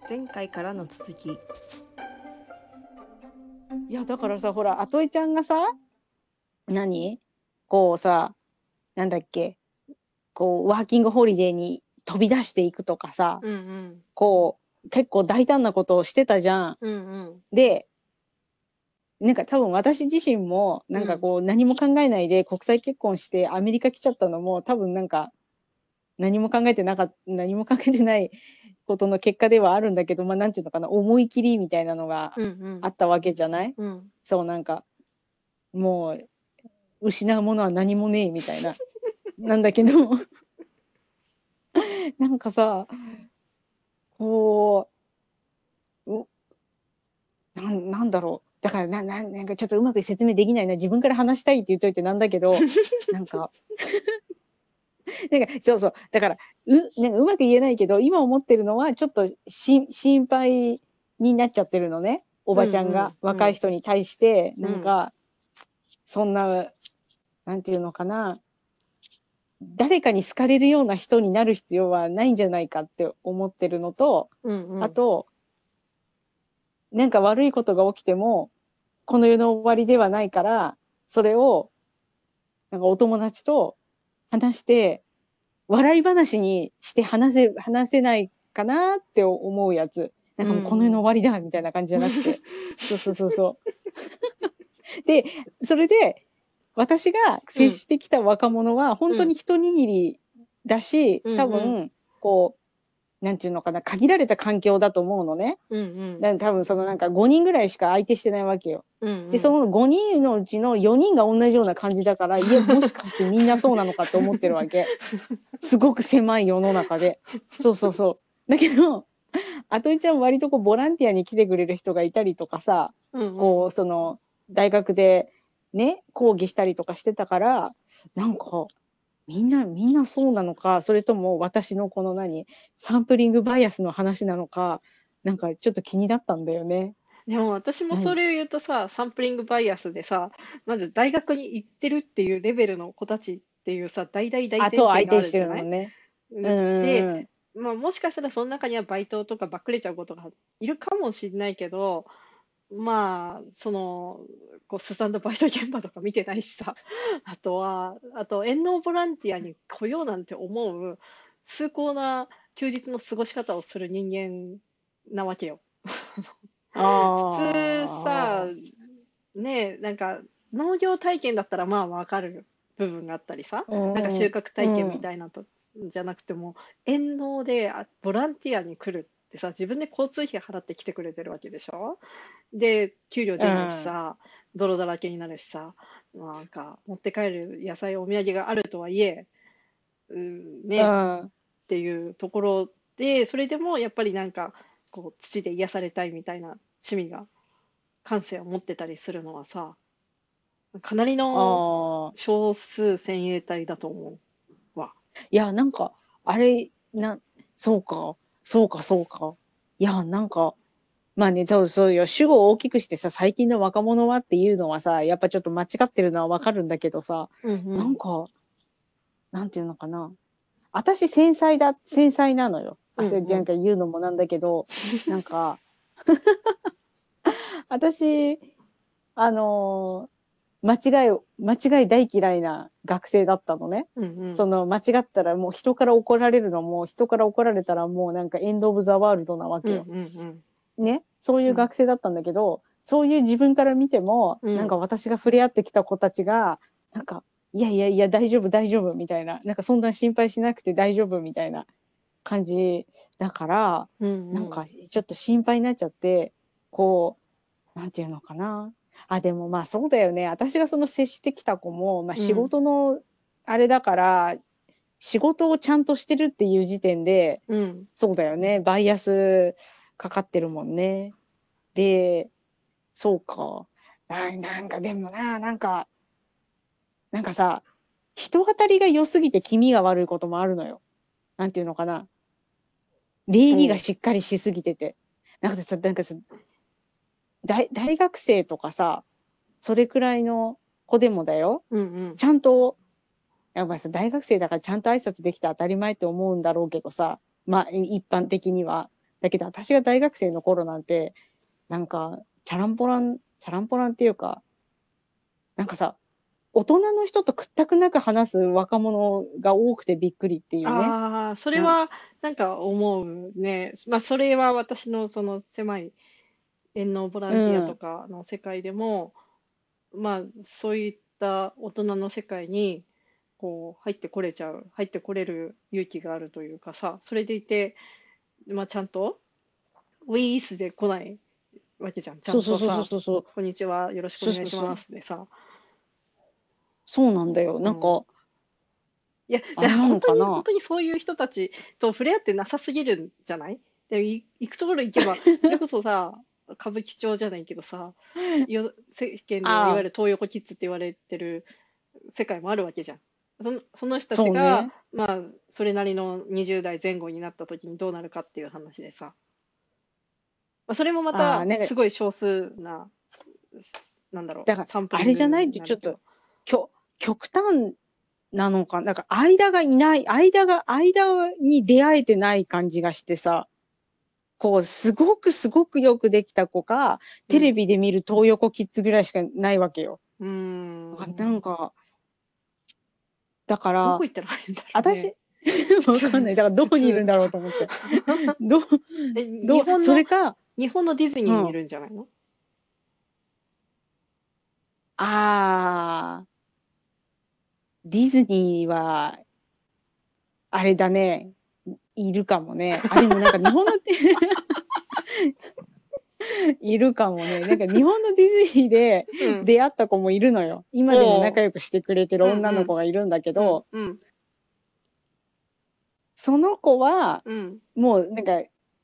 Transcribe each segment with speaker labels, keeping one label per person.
Speaker 1: 前回からの続き。
Speaker 2: いや、だからさ、ほら、あといちゃんがさ、こうさ、なんだっけ、こう、ワーキングホリデーに飛び出していくとかさ、
Speaker 1: うんうん。
Speaker 2: こう、結構大胆なことをしてたじゃん。
Speaker 1: うんうん。
Speaker 2: で、なんか多分私自身も、なんかこう、何も考えないで国際結婚してアメリカ来ちゃったのも、多分なんか、何も考えてないことの結果ではあるんだけど、まあ、なんていうのかな、思い切りみたいなのが
Speaker 1: うんうん。
Speaker 2: あったわけじゃない？
Speaker 1: うん。
Speaker 2: そう、なんか、もう、失うものは何もねえみたいな。なんだけど、なんかさ、こう、なんだろう。だからなんかちょっとうまく説明できないな。自分から話したいって言っといてなんだけど、なんか、そうそう。だから、なんかうまく言えないけど、今思ってるのは、ちょっと心配になっちゃってるのね。お
Speaker 1: う
Speaker 2: ばちゃんが、
Speaker 1: んうん。
Speaker 2: 若い人に対して、
Speaker 1: うん。
Speaker 2: そんな、なんていうのかな。誰かに好かれるような人になる必要はないんじゃないかって思ってるのと、
Speaker 1: うんうん。
Speaker 2: あと、なんか悪いことが起きても、この世の終わりではないから、それを、なんかお友達と話して、笑い話にして話せないかなって思うやつ。なん
Speaker 1: う
Speaker 2: かもうこの世の
Speaker 1: ん
Speaker 2: 終わりだ、みたいな感じじゃなくて。そうそうそうそう。で、それで、私が
Speaker 1: うん。
Speaker 2: 接してきた若者は、本当に一握りだし、
Speaker 1: うんうん。
Speaker 2: 多分、こう、なんていうのかな、限られた環境だと思うのね。
Speaker 1: うんうん。
Speaker 2: だから多分そのなんか5人ぐらいしか相手してないわけよ。で、
Speaker 1: うんうん。
Speaker 2: その5人のうちの4人が同じような感じだから、いや、もしかしてみんなそうなのかって思ってるわけ。すごく狭い世の中で。そうそうそう。だけど、あといちゃん割とこうボランティアに来てくれる人がいたりとかさ、
Speaker 1: うんうん。
Speaker 2: こう、大学でね、講義したりとかしてたから、なんか、みんなそうなのか、それとも私のこのサンプリングバイアスの話なのか、なんかちょっと気になったんだよね。
Speaker 1: でも私もそ
Speaker 2: 何？
Speaker 1: れを言うとさ、サンプリングバイアスでさ、まず大学に行ってるっていうレベルの子たちっていうさ、大大大
Speaker 2: あと
Speaker 1: 前提があ
Speaker 2: 相手して
Speaker 1: るじゃない？
Speaker 2: るのね。うん
Speaker 1: で、
Speaker 2: うんうん。
Speaker 1: まあもしかしたらその中にはバイトとかばっくれちゃうことがいるかもしれないけど、まあ、こう、すさんだバイト現場とか見てないしさ、あと、遠農ボランティアに来ようなんて思う、崇高な休日の過ごし方をする人間なわけよ。普通さ、
Speaker 2: ああ。
Speaker 1: ねえ、なんか、農業体験だったらまあわかる部分があったりさ、なんか収
Speaker 2: うんうん。
Speaker 1: 穫体験み
Speaker 2: うん。
Speaker 1: たいなと、じゃなくても、遠農でボランティアに来るってさ、自分で交通費払って来てくれてるわけでしょ？で、給料
Speaker 2: う
Speaker 1: 出ないし
Speaker 2: ん。
Speaker 1: さ、泥だらけになるしさ、なんか、持って帰る野菜、お土産があるとはいえ、ね、っ
Speaker 2: うん。
Speaker 1: ていうところで、それでもやっぱりなんか、こう、土で癒されたいみたいな趣味が、感性を持ってたりするのはさ、かなりの
Speaker 2: ああ。
Speaker 1: 少数精鋭体だと思うわ。
Speaker 2: いや、なんか、あれ、そうか。そうか、そうか。いや、なんか、まあね、そうよ。主語を大きくしてさ、最近の若者はっていうのはさ、やっぱちょっと間違ってるのはわかるんだけどさ、
Speaker 1: うんうん。
Speaker 2: なんか、なんていうのかな。私繊細なのよ。なん
Speaker 1: うんうん。
Speaker 2: か言うのもなんだけど、なんか、私、あの間違い大嫌いな学生だったのね。
Speaker 1: うんうん。
Speaker 2: その間違ったらもう人から怒られるのも、人から怒られたらもうなんかエンドオブザワールドなわ
Speaker 1: うん
Speaker 2: けよ。
Speaker 1: うん
Speaker 2: ね。そういう
Speaker 1: うん。
Speaker 2: 学生だったんだけど、そういう自分から見ても、
Speaker 1: うん。うん。
Speaker 2: なんか私が触れ合ってきた子たちが、なんか、いやいやいや、大丈夫、大丈夫、みたいな。なんかそんな心配しなくて大丈夫、みたいな感じだから、
Speaker 1: うんうん。
Speaker 2: なんかちょっと心配になっちゃって、こなんていうのかな。あ、でもまあそうだよね。私がその接してきた子も、まあ仕
Speaker 1: うん。
Speaker 2: 事のあれだから、仕事をちゃんとしてるっていう時点で、
Speaker 1: うん。
Speaker 2: そうだよね。バイアスかかってるもんね。で、そうか。なんかでもな、なんかさ、人当たりが良すぎて気味が悪いこともあるのよ。なんていうのかな。礼儀が
Speaker 1: おう。
Speaker 2: しっかりしすぎてて。なんかさ、大学生とかさ、それくらいの子でもだよ。
Speaker 1: うんうん。
Speaker 2: ちゃんと、やっぱりさ、大学生だからちゃんと挨拶できて当たり前って思うんだろうけどさ、まあ、一般的には。 だけど私が大学生の頃なんて、なんか、チャランポランっていうか、なんかさ、大人の人と屈託なく話す若者が多くてびっくりっていうね。
Speaker 1: ああ、それ
Speaker 2: な、
Speaker 1: はなんか思うね。まあ、それは私のその狭い遠農ボラ
Speaker 2: う
Speaker 1: ンティアと
Speaker 2: ん。
Speaker 1: かの世界でも、まあ、そういった大人の世界に、こう、入ってこれる勇気があるというかさ、それでいて、まあ、ちゃんと、ウィースで来ないわけじゃん。ちゃ
Speaker 2: そうそうそうそう
Speaker 1: んとさ、
Speaker 2: そうそう。
Speaker 1: こんにちは、よろしくお
Speaker 2: そう
Speaker 1: 願いし
Speaker 2: そうそう。
Speaker 1: ますでさ、
Speaker 2: そうなんだよ。
Speaker 1: うん。
Speaker 2: なんか、
Speaker 1: いや、
Speaker 2: あれな
Speaker 1: 本当に、本
Speaker 2: のかな。
Speaker 1: 当にそういう人たちと触れ合ってなさすぎるんじゃない？で、行くところ行けば、それこそさ、歌舞伎町じゃないけどさ、世間ではいわゆ
Speaker 2: ああ、
Speaker 1: る東横キッズって言われてる世界もあるわけじゃん。その人たちが、
Speaker 2: そうね。
Speaker 1: まあ、それなりの20代前後になった時にどうなるかっていう話でさ、まあ、それもま
Speaker 2: ああ、
Speaker 1: た
Speaker 2: なんか、
Speaker 1: すごい少数な、なんだろう、
Speaker 2: だから、
Speaker 1: サンプリング
Speaker 2: あれじゃない
Speaker 1: になるけど。
Speaker 2: ちょっと、きょ、極端なのか。なんか、間がいない、間に出会えてない感じがしてさ、こう、すごくよくできた子か、テレ
Speaker 1: うん。
Speaker 2: ビで見る東横キッズぐらいしかないわけよ。
Speaker 1: うーん。
Speaker 2: なんか、だから、
Speaker 1: どこ行ったらいいんだろうね。
Speaker 2: 私、
Speaker 1: 普通、
Speaker 2: わかんない。だからど
Speaker 1: 普通。
Speaker 2: こにいるんだろうと思って。ど、
Speaker 1: え、日本の、
Speaker 2: それか、
Speaker 1: 日本のディズニーにい
Speaker 2: うん。
Speaker 1: るんじゃないの？
Speaker 2: あディズニーは、あれだね。いるかもね。あ、でもなんか日本のいるかもね。なんか日本のディズニーで
Speaker 1: うん。
Speaker 2: 出会った子もいるのよ。今でも
Speaker 1: おう。
Speaker 2: 仲良くしてくれてる
Speaker 1: うん
Speaker 2: 女の子
Speaker 1: うん。
Speaker 2: がいるんだけ
Speaker 1: うん、
Speaker 2: ど、
Speaker 1: うん、
Speaker 2: その子は、
Speaker 1: うん、
Speaker 2: もうなんか、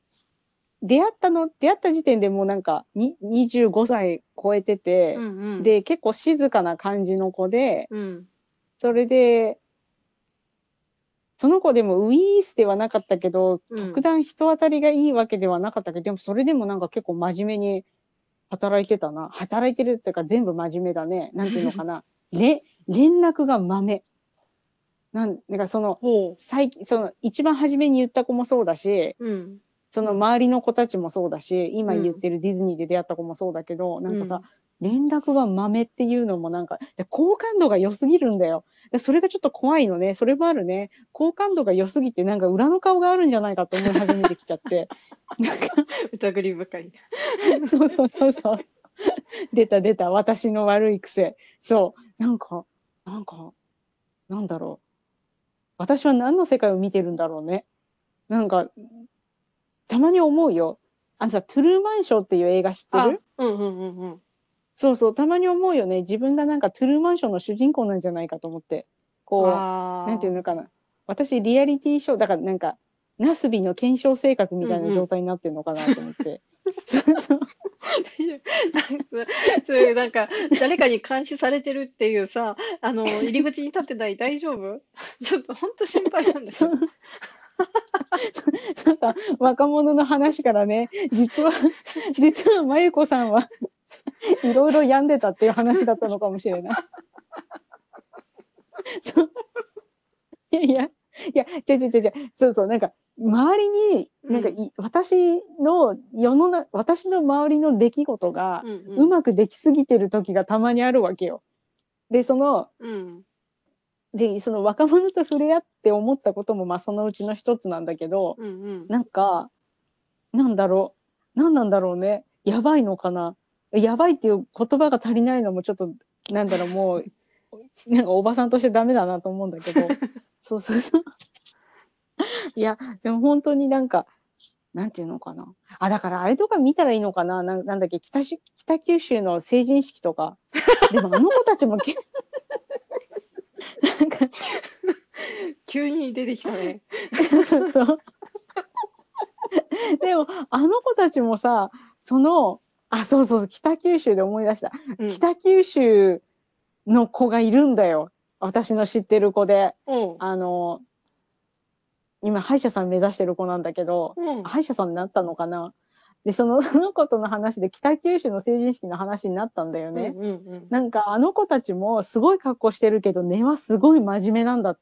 Speaker 2: 出会った時点でもうなんか、25歳超えてて、
Speaker 1: うん、うん、
Speaker 2: で、結構静かな感じの子で、
Speaker 1: うん、
Speaker 2: それで、その子でもウィースではなかったけど、
Speaker 1: うん。
Speaker 2: 特段人当たりがいいわけではなかったけど、でもそれでもなんか結構真面目に働いてたな。働いてるっていうか全部真面目だね。なんていうのかな。連絡が豆。なんかその、
Speaker 1: ほ
Speaker 2: 最近、その、一番初めに言った子もそうだし、
Speaker 1: う。うん、
Speaker 2: その周りの子たちもそうだし、今言っ
Speaker 1: うん、
Speaker 2: てるディズニーで出会った子もそうだけど、なんかさ、
Speaker 1: うん。
Speaker 2: 連絡が豆っていうのもなんか、好感度が良すぎるんだよ。それがちょっと怖いのね。それもあるね。好感度が良すぎて、なんか裏の顔があるんじゃないかと思い始めてきちゃって。なんか、
Speaker 1: 疑り深い。
Speaker 2: そうそうそうそう。出た。私の悪い癖。そう。なんか、なんだろう。私は何の世界を見てるんだろうね。なんか、たまに思うよ。あのさ、トゥルーマンショーっていう映画知って
Speaker 1: あ、
Speaker 2: る？
Speaker 1: うんうんうんうん。
Speaker 2: そうそう、たまに思うよね。自分がなんかトゥルーマンショーの主人公なんじゃないかと思って。こう、なんていう
Speaker 1: ああ、
Speaker 2: のかな。私、リアリティショー、だからなんか、ナスビの検証生活みたいな
Speaker 1: うんうん。
Speaker 2: 状態になってるのかなと思って。そうそう。
Speaker 1: 大丈夫。そういうなんか、誰かに監視されてるっていうさ、入り口に立ってない？大丈夫？ちょっと本当心配なんだけど。
Speaker 2: そう、そうさ、若者の話からね、実はまゆこさんはいろいろ病んでたっていう話だったのかもしれない。そういやいや、そうそう、なんか、周りに、
Speaker 1: うん、
Speaker 2: 私の周りの出来事が
Speaker 1: うんうん、
Speaker 2: うまくできすぎてる時がたまにあるわけよ。で、
Speaker 1: うん、
Speaker 2: その若者と触れ合って思ったことも、まあそのうちの一つなんだけど、
Speaker 1: うんうん。
Speaker 2: なんか、なんだろなんなんだろうね。やばいのかな。やばいっていう言葉が足りないのもちょっと、もう、なんかおばさんとしてダメだなと思うんだけど、そうそうそう。いや、でも本当になんか、なんていうのかな。あ、だからあれとか見たらいいのかな。なんだっけ、北九州の成人式とか。でもあの子たちもなんか、
Speaker 1: 急に出てきたね。
Speaker 2: そうそう。でも、あの子たちもさ、そうそうそう、北九州で思い出した。
Speaker 1: うん。
Speaker 2: 北九州の子がいるんだよ。私の知ってる子で。
Speaker 1: おう、
Speaker 2: あの、今、歯医者さん目指してる子なんだけど、
Speaker 1: うん、
Speaker 2: 歯医者さんになったのかな。で、その子との話で北九州の成人式の話になったんだよ
Speaker 1: うん、
Speaker 2: ね。
Speaker 1: うん、うん。
Speaker 2: なんかあの子たちもすごい格好してるけど根はすごい真面目なんだって。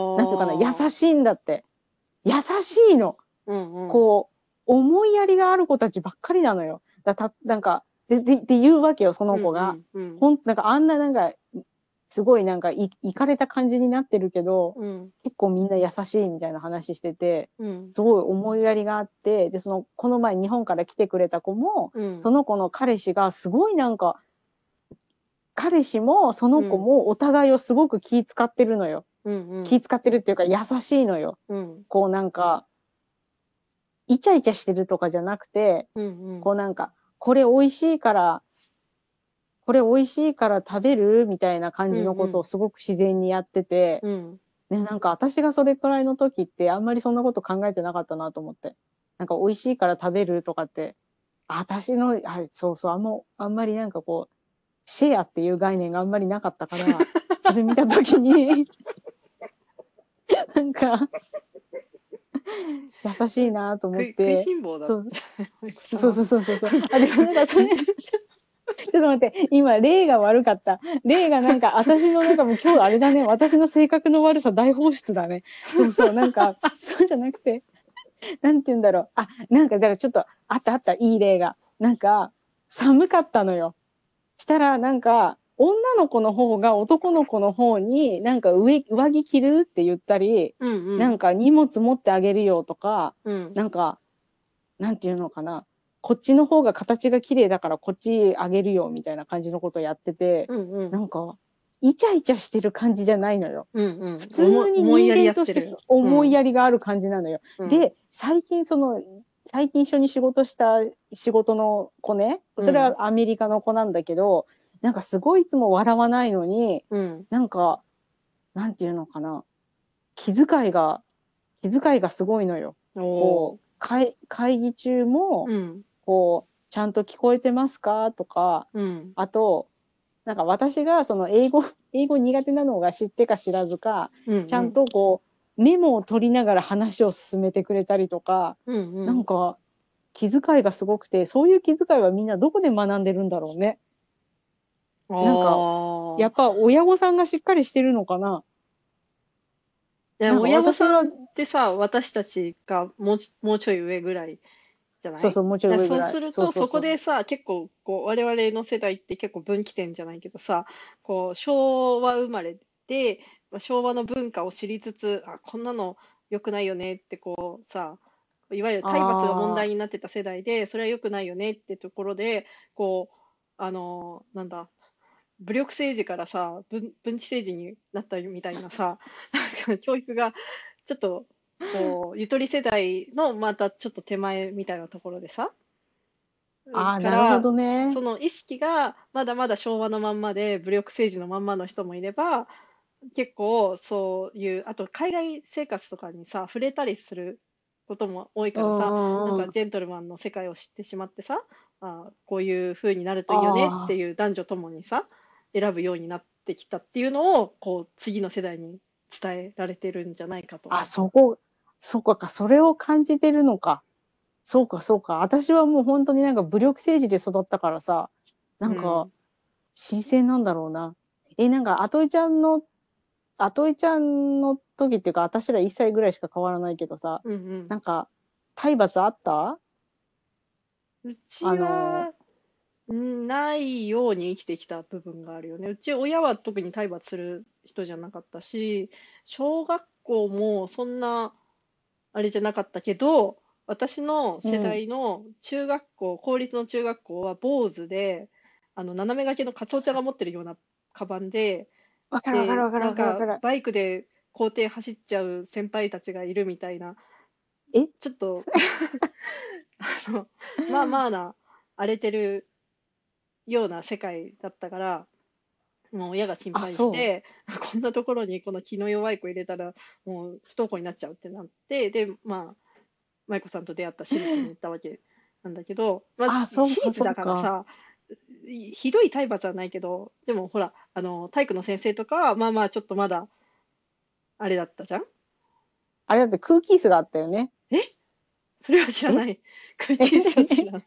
Speaker 1: あ
Speaker 2: なんつうかな、優
Speaker 1: あ、
Speaker 2: しいんだって。優しいの。
Speaker 1: うん、うん、
Speaker 2: こう、 思いやりがある子たちばっかりなのよ。なんか、で言うわけよ、その子が。なんかあんななんか、すごいなんかいかれた感じになってるけど、結構みんな優しいみたいな話してて、すごい思いやりがあって、で、この前日本から来てくれた子も、その子の彼氏がすごいなんか、彼氏もその子もお互いをすごく気遣ってるのよ。気遣ってるっていうか優しいのよ。こうなんか、イチャイチャしてるとかじゃなくて、こうなんか、これ美味しいから、これ美味しいから食べるみたいな感じのことをすごく自然にやってて、で、なんか私がそれくらいの時ってあんまりそんなこと考えてなかったなと思って。なんか美味しいから食べるとかって、そうそう、あんまりなんかこう、シェアっていう概念があんまりなかったから、それ見た時に、なんか、優しいなと思っ
Speaker 1: 食い
Speaker 2: て、
Speaker 1: しん坊だ。
Speaker 2: そう、そうそうそうそうそう。あ、でもなんかそれ、ちょっと待って、今、例が悪かった。例がなんか、私のなんかもう今日あれだね、私の性格の悪さ大放出だね。そうそう、なんか、そうじゃなくて、なんて言うんだろう。あ、なんか、だからちょっと、あった、いい例が。なんか、寒かったのよ。したら、なんか、女の子の方が男の子の方に、なんか上着着るって言ったり、なんか荷物持ってあげるよとか、なんか、なんていうのかな。こっちの方が形が綺麗だからこっちあげるよみたいな感じのことをやってて、なんか、イチャイチャしてる感じじゃないのよ。普通に人間として思いやりがある感じなのよ。で、最近一緒に仕事した仕事の子ね、それはアメリカの子なんだけど、なんかすごいいつも笑わないのに、なんか、なんていうのかな、気遣いがすごいのよ。こう、会議中も、こう、ちゃんと聞こえてますかとか、あと、なんか私がその英語苦手なのが知ってか知らずか、ちゃんとこう、メモを取りながら話を進めてくれたりとか、なんか、気遣いがすごくて、そういう気遣いはみんなどこで学んでるんだろうね。なんか、やっぱ親御さんがしっかりしてるのかな。なんか
Speaker 1: 親御
Speaker 2: 私が、
Speaker 1: さんってさ、私たちがもうちょい上ぐらいじゃない？
Speaker 2: そうそう、もうちょい上ぐ
Speaker 1: そう
Speaker 2: らい。
Speaker 1: すると、そ
Speaker 2: そうそうそう。
Speaker 1: こでさ、結構、こう、我々の世代って結構分岐点じゃないけどさ、こう、昭和生まれで、昭和の文化を知りつつ、あ、こんなの良くないよねってこうさ、いわゆる体罰が問
Speaker 2: ああ、
Speaker 1: 題になってた世代で、それは良くないよねってところで、こう、なんだ、武力政治からさ、文治政治になったみたいなさ、なんか教育がちょっと、こう、ゆとり世代のまたちょっと手前みたいなところでさ、
Speaker 2: なるほ
Speaker 1: から、
Speaker 2: どね。
Speaker 1: その意識がまだまだ昭和のまんまで、武力政治のまんまの人もいれば、結構そういう、あと海外生活とかにさ、触れたりすることも多い
Speaker 2: う
Speaker 1: からさ、なん
Speaker 2: んうんうん。
Speaker 1: かジェントルマンの世界を知ってしまってさ、こういう風になるといいよねって
Speaker 2: あ
Speaker 1: いう男女ともにさ、選ぶようになってきたっていうのを、こう、次の世代に伝えられてるんじゃないかと。
Speaker 2: そこか、それを感じてるのか。そうか、そうか。私はもう本当になんか武力政治で育ったからさ、なんか、
Speaker 1: うん。
Speaker 2: 新鮮なんだろうな。なんか、あといちゃんの時っていうか、私ら1歳ぐらいしか変わらないけどさ、
Speaker 1: うんうん。
Speaker 2: なんか、体罰あった？
Speaker 1: う
Speaker 2: あ
Speaker 1: ち
Speaker 2: の、
Speaker 1: は、ないように生きてきた部分があるよね。うち親は特に体罰する人じゃなかったし、小学校もそんなあれじゃなかったけど、私の世
Speaker 2: うん。
Speaker 1: 代の中学校、公立の中学校は坊主で、斜め掛けのカツオちゃんが持ってるようなカバンで、
Speaker 2: わかるわかる
Speaker 1: で、
Speaker 2: わかる
Speaker 1: なんか
Speaker 2: わかるわかる。
Speaker 1: バイクで校庭走っちゃう先輩たちがいるみたいな、
Speaker 2: え
Speaker 1: ちょっとの、まあまあな、荒れてるような世界だったから、もう親が心
Speaker 2: あ、
Speaker 1: 配し
Speaker 2: そう。
Speaker 1: て、こんなところにこの気の弱い子入れたら、もう不登校になっちゃうってなって、で、まあ、舞子さんと出会った私立に行ったわけなんだけど、まあ、
Speaker 2: あ、そうか、
Speaker 1: 私立だ
Speaker 2: そうか。
Speaker 1: からさ、ひどい体罰はないけど、でもほら、体育の先生とかは、まあまあ、ちょっとまだ、あれだったじゃん。
Speaker 2: あれだって空気椅子があったよね。
Speaker 1: えそれは知ら
Speaker 2: え
Speaker 1: ない。空気椅子は知らない。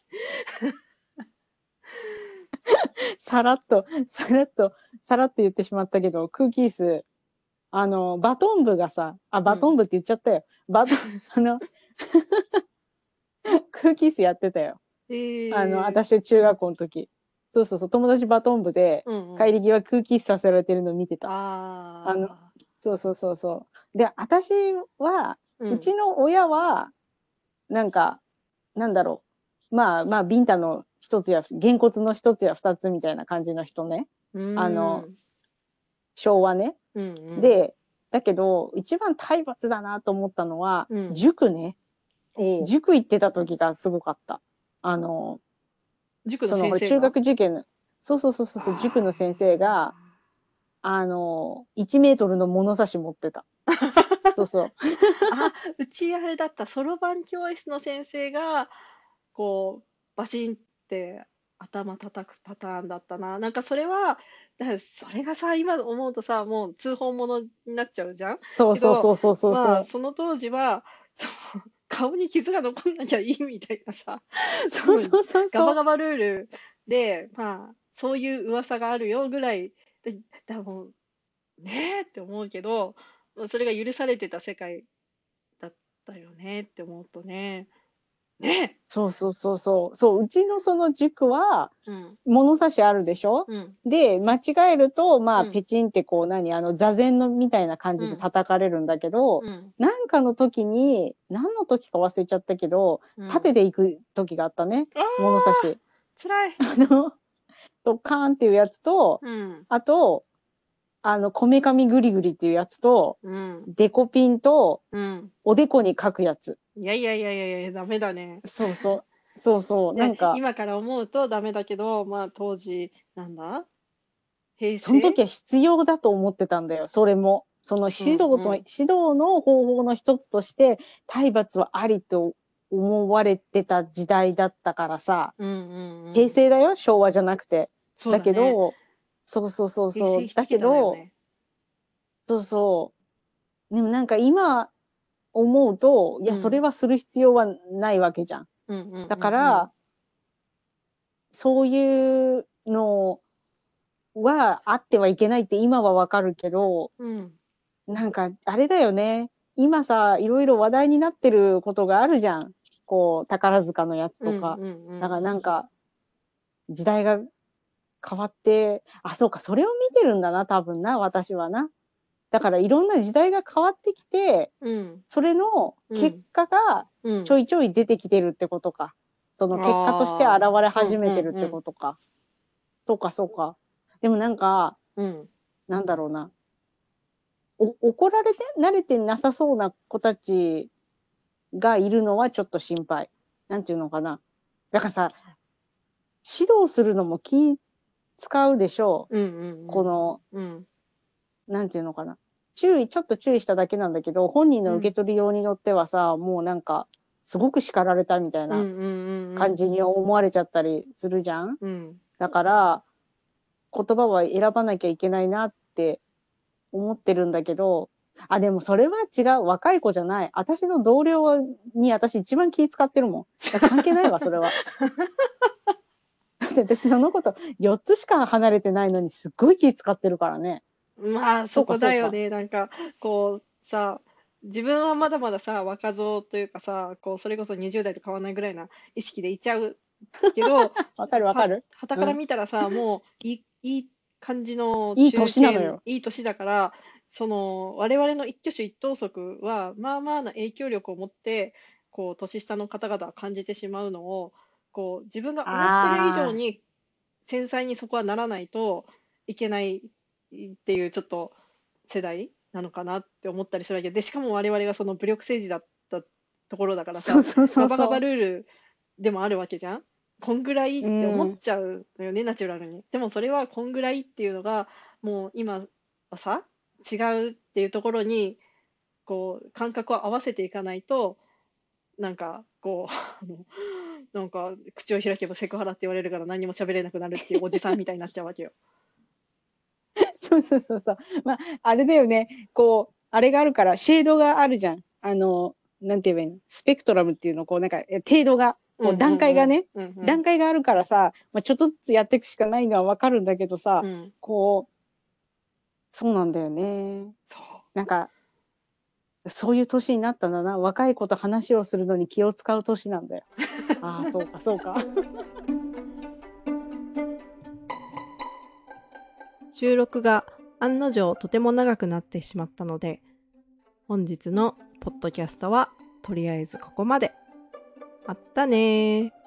Speaker 2: さらっと、さらっと、さらっと言ってしまったけど、空気椅子、バトン部がさ、バ
Speaker 1: うん。
Speaker 2: トン部って言っちゃったよ。あの、 空気椅子やってたよ。私、中学校の時。そうそうそう、友達バトン部で、
Speaker 1: うんうん。
Speaker 2: 帰り際空気椅子させられてるの見てた。あの、
Speaker 1: ああ、
Speaker 2: そうそうそうそう。で、私は、
Speaker 1: うん。
Speaker 2: うちの親は、なんか、なんだろう。まあまあ、ビンタの一つや、げんこつの一つや二つみたいな感じの人ね。
Speaker 1: う
Speaker 2: あの、
Speaker 1: ーん。
Speaker 2: 昭和ね。
Speaker 1: うんうん。
Speaker 2: で、だけど、一番体罰だなと思ったのは、
Speaker 1: うん。
Speaker 2: 塾ね。
Speaker 1: おう。
Speaker 2: 塾行ってた時がすごかった。あの、
Speaker 1: 塾の
Speaker 2: その、ほら、中
Speaker 1: 先生が。
Speaker 2: 学受験の、そうそうそうそう、塾の先生が、1メートルの物差し持ってた。そうそう。
Speaker 1: あ、うちあれだった。そろばん教室の先生が、こう、バチンって頭叩くパターンだったな。なんかそれは、だからそれがさ、今思うとさ、もう通報者になっちゃうじゃん。
Speaker 2: そう
Speaker 1: けど、
Speaker 2: そうそうそうそう
Speaker 1: まあ、
Speaker 2: そ
Speaker 1: その当時は、そう顔に傷が残んなきゃいいみたいなさ、
Speaker 2: う。
Speaker 1: 多分、
Speaker 2: そうそうそうそう。
Speaker 1: ガバガバルールで、まあ、そういう噂があるよぐらい、だもう、ねえって思うけど、それが許されてた世界だったよねって思うとね。ね
Speaker 2: そうそうそうそう。そう、うちのその塾は、
Speaker 1: え。うん。
Speaker 2: 物差しあるでしょ。
Speaker 1: うん。
Speaker 2: で、間違えると、まあ、
Speaker 1: うん。
Speaker 2: ペチンってこう、座禅のみたいな感じで
Speaker 1: うん。
Speaker 2: 叩かれるんだけど、
Speaker 1: うん。
Speaker 2: なんかの時に、何の時か忘れちゃったけど、
Speaker 1: うん。
Speaker 2: 縦で行く時があったね。
Speaker 1: あ
Speaker 2: 物差し。
Speaker 1: あ、辛い。
Speaker 2: あの、カーンっていうやつと、
Speaker 1: うん。
Speaker 2: あと、こめかみぐりぐりっていうやつと、
Speaker 1: うん。
Speaker 2: デコピンと、
Speaker 1: うん。
Speaker 2: おでこに書くやつ。
Speaker 1: いやいやいやいやいや、ダメだね。
Speaker 2: そうそう。そうそう。
Speaker 1: で、今から思うとダメだけど、まあ当時、なんだ平成。
Speaker 2: その時は必要だと思ってたんだよ、それも。その
Speaker 1: うんうん。
Speaker 2: 指導の方法の一つとして、体罰はありと思われてた時代だったからさ、
Speaker 1: うんうんうん。
Speaker 2: 平成だよ、昭和じゃなくて。だ
Speaker 1: そうだね。
Speaker 2: けど、そうそうそう
Speaker 1: 平成
Speaker 2: そう。だ
Speaker 1: 一桁だよ
Speaker 2: けど、
Speaker 1: ね。
Speaker 2: そうそう。でもなんか今思うと、いや、それ
Speaker 1: うん。
Speaker 2: はする必要はないわけじゃん。
Speaker 1: うんうん
Speaker 2: だ
Speaker 1: うんうん。
Speaker 2: から、そういうのはあってはいけないって今はわかるけど、
Speaker 1: うん。
Speaker 2: なんか、あれだよね。今さ、いろいろ話題になってることがあるじゃん。こう、宝塚のやつ
Speaker 1: うん
Speaker 2: とか。
Speaker 1: うんう
Speaker 2: だから
Speaker 1: ん。
Speaker 2: なんか、時代が変わって、あ、そうか、それを見てるんだな、多分な、私はな。だからいろんな時代が変わってきて、
Speaker 1: うん。
Speaker 2: それの結
Speaker 1: うん。
Speaker 2: 果が
Speaker 1: うん。
Speaker 2: ちょいちょい出てきてるってことか。その結果として現
Speaker 1: ああ。
Speaker 2: れ
Speaker 1: うんう
Speaker 2: 始めてるって
Speaker 1: んうん。
Speaker 2: ことか。そうか、そうか。でもなんか、
Speaker 1: うん。
Speaker 2: なんだろうな。怒られて慣れてなさそうな子たちがいるのはちょっと心配。なんていうのかな。だからさ、指導するのも気使うでしょう。
Speaker 1: うんうんうん。
Speaker 2: この、
Speaker 1: うん。
Speaker 2: なんていうのかな。ちょっと注意しただけなんだけど、本人の受け
Speaker 1: うん。
Speaker 2: 取りようによってはさ、もうなんか、すごく叱られたみたいな
Speaker 1: うんうんうんうん。
Speaker 2: 感じに思われちゃったりするじゃん。
Speaker 1: うん。
Speaker 2: だから、言葉は選ばなきゃいけないなって思ってるんだけど、あ、でもそれは違う。若い子じゃない。私の同僚に私一番気使ってるもん。だから関係ないわ、それは。だって私そのこと4つしか離れてないのにすっごい気使ってるからね。
Speaker 1: まあ、
Speaker 2: そうか、
Speaker 1: そこ
Speaker 2: そうか。
Speaker 1: だよね。なんか、こう、さ、自分はまだまださ、若造というかさ、こう、それこそ20代と変わらないぐらいな意識でいちゃうけど、
Speaker 2: わかるわかる。
Speaker 1: 傍から
Speaker 2: うん。
Speaker 1: 見たらさ、もう、いい感じの
Speaker 2: いい
Speaker 1: 中堅、
Speaker 2: 年なのよ。
Speaker 1: いい年だから、我々の一挙手一投足は、まあまあな影響力を持って、こう、年下の方々は感じてしまうのを、こう、自分が思ってる以上
Speaker 2: あ
Speaker 1: に繊細にそこはならないといけないっていうちょっと世代なのかなって思ったりするわけで、しかも我々がその武力政治だったところだか
Speaker 2: あ、
Speaker 1: らさ、
Speaker 2: そうそうそ
Speaker 1: ガバガバ
Speaker 2: うそ
Speaker 1: ルールでもあるわけじゃん。こんぐらい
Speaker 2: う。う
Speaker 1: って思っ
Speaker 2: ん。
Speaker 1: ちゃうのよね、ナチュラルに。でもそれはこんぐらいっていうのが、もう今はさ、違うっていうところに、こう、感覚を合わせていかないと、なんか、こう、なんか、口を開けばセクハラって言われるから何も喋れなくなるっていうおじさんみたいになっちゃうわけよ。
Speaker 2: そうそうそうそう。まあ、あれだよね。こう、あれがあるから、シェードがあるじゃん。なんて言えばいいのスペクトラムっていうの、こう、なんか、程度が、こう、
Speaker 1: うんう
Speaker 2: 段階が
Speaker 1: んうん。
Speaker 2: ね、
Speaker 1: うんうん。
Speaker 2: 段階があるからさ、まあ、ちょっとずつやっていくしかないのはわかるんだけどさ、
Speaker 1: うん。
Speaker 2: こう、そうなんだよね。
Speaker 1: そう。
Speaker 2: なんか、 そういう年になったんだな。若い子と話をするのに気を使う年なんだよ。ああ、そうか、そうか。
Speaker 1: 収録が案の定とても長くなってしまったので、本日のポッドキャストはとりあえずここまで。あったねー。